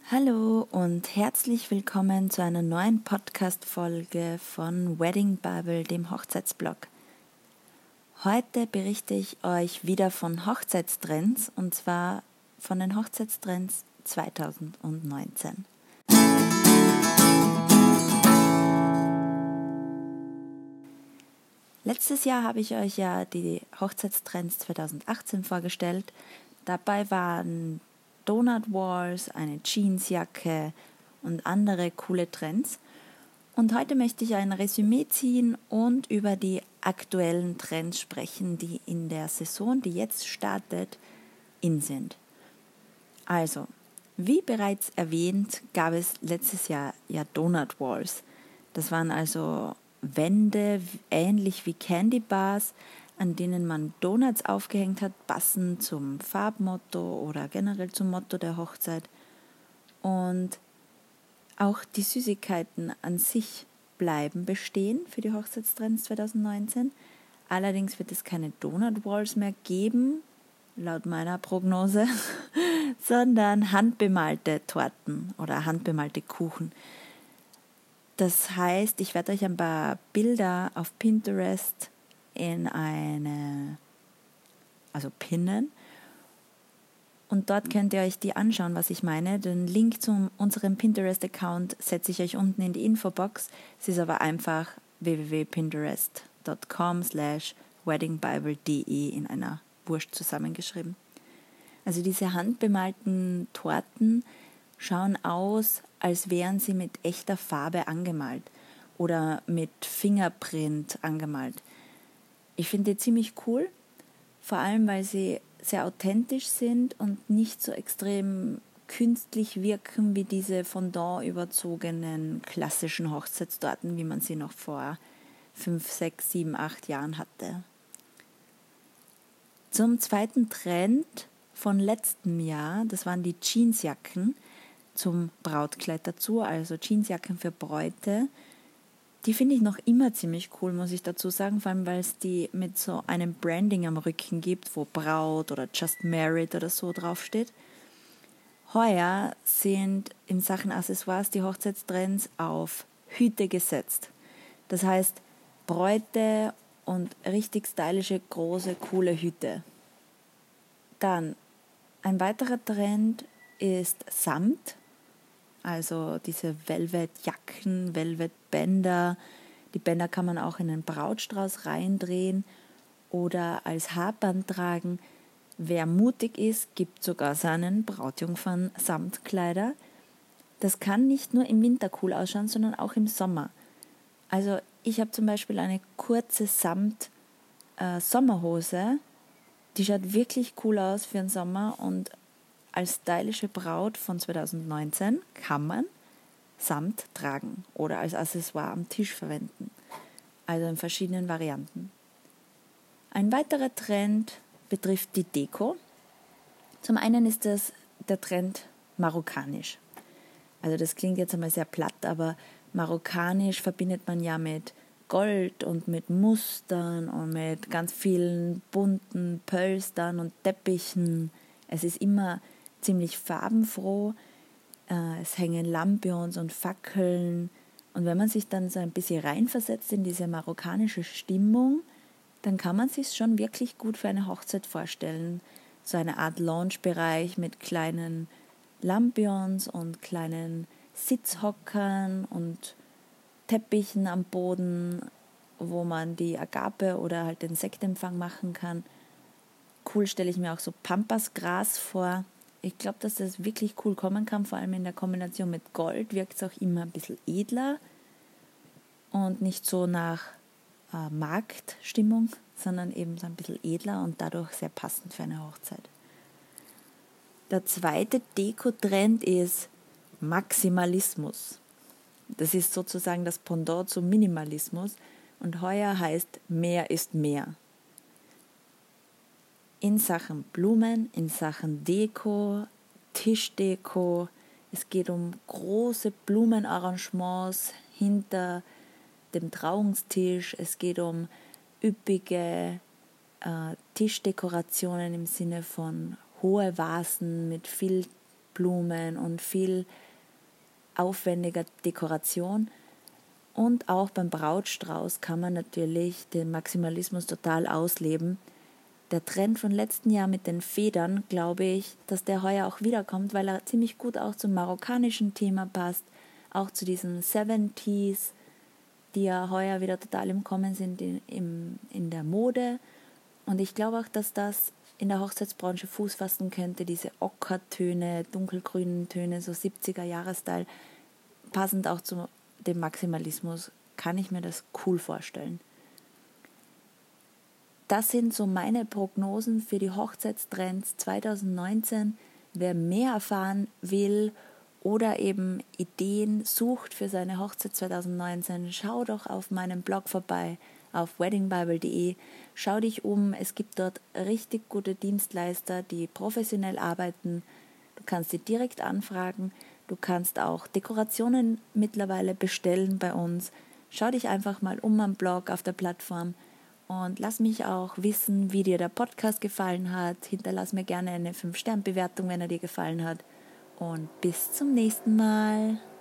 Hallo und herzlich willkommen zu einer neuen Podcast-Folge von Wedding Bible, dem Hochzeitsblog. Heute berichte ich euch wieder von Hochzeitstrends und zwar von den Hochzeitstrends 2019. Letztes Jahr habe ich euch ja die Hochzeitstrends 2018 vorgestellt. Dabei waren Donut Walls, eine Jeansjacke und andere coole Trends. Und heute möchte ich ein Resümee ziehen und über die aktuellen Trends sprechen, die in der Saison, die jetzt startet, in sind. Also, wie bereits erwähnt, gab es letztes Jahr ja Donut Walls. Das waren also Wände, ähnlich wie Candy Bars, an denen man Donuts aufgehängt hat, passend zum Farbmotto oder generell zum Motto der Hochzeit. Und auch die Süßigkeiten an sich bleiben bestehen für die Hochzeitstrends 2019. Allerdings wird es keine Donut Walls mehr geben, laut meiner Prognose, sondern handbemalte Torten oder handbemalte Kuchen. Das heißt, ich werde euch ein paar Bilder auf Pinterest pinnen und dort könnt ihr euch die anschauen, was ich meine. Den Link zu unserem Pinterest-Account setze ich euch unten in die Infobox. Es ist aber einfach www.pinterest.com/weddingbible.de in einer Wurst zusammengeschrieben. Also diese handbemalten Torten schauen aus, als wären sie mit echter Farbe angemalt oder mit Fingerprint angemalt. Ich finde die ziemlich cool, vor allem weil sie sehr authentisch sind und nicht so extrem künstlich wirken wie diese Fondant überzogenen klassischen Hochzeitstorten, wie man sie noch vor 5, 6, 7, 8 Jahren hatte. Zum zweiten Trend von letztem Jahr, das waren die Jeansjacken zum Brautkleid dazu, also Jeansjacken für Bräute. Die finde ich noch immer ziemlich cool, muss ich dazu sagen, vor allem weil es die mit so einem Branding am Rücken gibt, wo Braut oder Just Married oder so draufsteht. Heuer sind in Sachen Accessoires die Hochzeitstrends auf Hüte gesetzt. Das heißt Bräute und richtig stylische, große, coole Hüte. Dann ein weiterer Trend ist Samt. Also diese Velvetjacken, Velvetbänder. Die Bänder kann man auch in einen Brautstrauß reindrehen oder als Haarband tragen. Wer mutig ist, gibt sogar seinen Brautjungfern Samtkleider. Das kann nicht nur im Winter cool ausschauen, sondern auch im Sommer. Also ich habe zum Beispiel eine kurze Samt-Sommerhose, die schaut wirklich cool aus für den Sommer und als stylische Braut von 2019 kann man Samt tragen oder als Accessoire am Tisch verwenden. Also in verschiedenen Varianten. Ein weiterer Trend betrifft die Deko. Zum einen ist das der Trend marokkanisch. Also das klingt jetzt einmal sehr platt, aber marokkanisch verbindet man ja mit Gold und mit Mustern und mit ganz vielen bunten Pölstern und Teppichen. Es ist immer ziemlich farbenfroh, es hängen Lampions und Fackeln und wenn man sich dann so ein bisschen reinversetzt in diese marokkanische Stimmung, dann kann man sich schon wirklich gut für eine Hochzeit vorstellen. So eine Art Lounge-Bereich mit kleinen Lampions und kleinen Sitzhockern und Teppichen am Boden, wo man die Agape oder halt den Sektempfang machen kann. Cool stelle ich mir auch so Pampasgras vor. Ich glaube, dass das wirklich cool kommen kann, vor allem in der Kombination mit Gold wirkt es auch immer ein bisschen edler und nicht so nach Marktstimmung, sondern eben so ein bisschen edler und dadurch sehr passend für eine Hochzeit. Der zweite Deko-Trend ist Maximalismus. Das ist sozusagen das Pendant zum Minimalismus und heuer heißt mehr ist mehr. In Sachen Blumen, in Sachen Deko, Tischdeko. Es geht um große Blumenarrangements hinter dem Trauungstisch. Es geht um üppige Tischdekorationen im Sinne von hohe Vasen mit viel Blumen und viel aufwendiger Dekoration. Und auch beim Brautstrauß kann man natürlich den Maximalismus total ausleben. Der Trend von letzten Jahr mit den Federn, glaube ich, dass der heuer auch wiederkommt, weil er ziemlich gut auch zum marokkanischen Thema passt, auch zu diesen 70s, die ja heuer wieder total im Kommen sind in der Mode. Und ich glaube auch, dass das in der Hochzeitsbranche Fuß fassen könnte, diese Ockertöne, dunkelgrünen Töne, so 70er-Jahres-Style, passend auch zu dem Maximalismus, kann ich mir das cool vorstellen. Das sind so meine Prognosen für die Hochzeitstrends 2019. Wer mehr erfahren will oder eben Ideen sucht für seine Hochzeit 2019, schau doch auf meinem Blog vorbei auf weddingbible.de. Schau dich um, es gibt dort richtig gute Dienstleister, die professionell arbeiten. Du kannst sie direkt anfragen. Du kannst auch Dekorationen mittlerweile bestellen bei uns. Schau dich einfach mal um am Blog, auf der Plattform und lass mich auch wissen, wie dir der Podcast gefallen hat. Hinterlass mir gerne eine 5-Sterne-Bewertung, wenn er dir gefallen hat. Und bis zum nächsten Mal.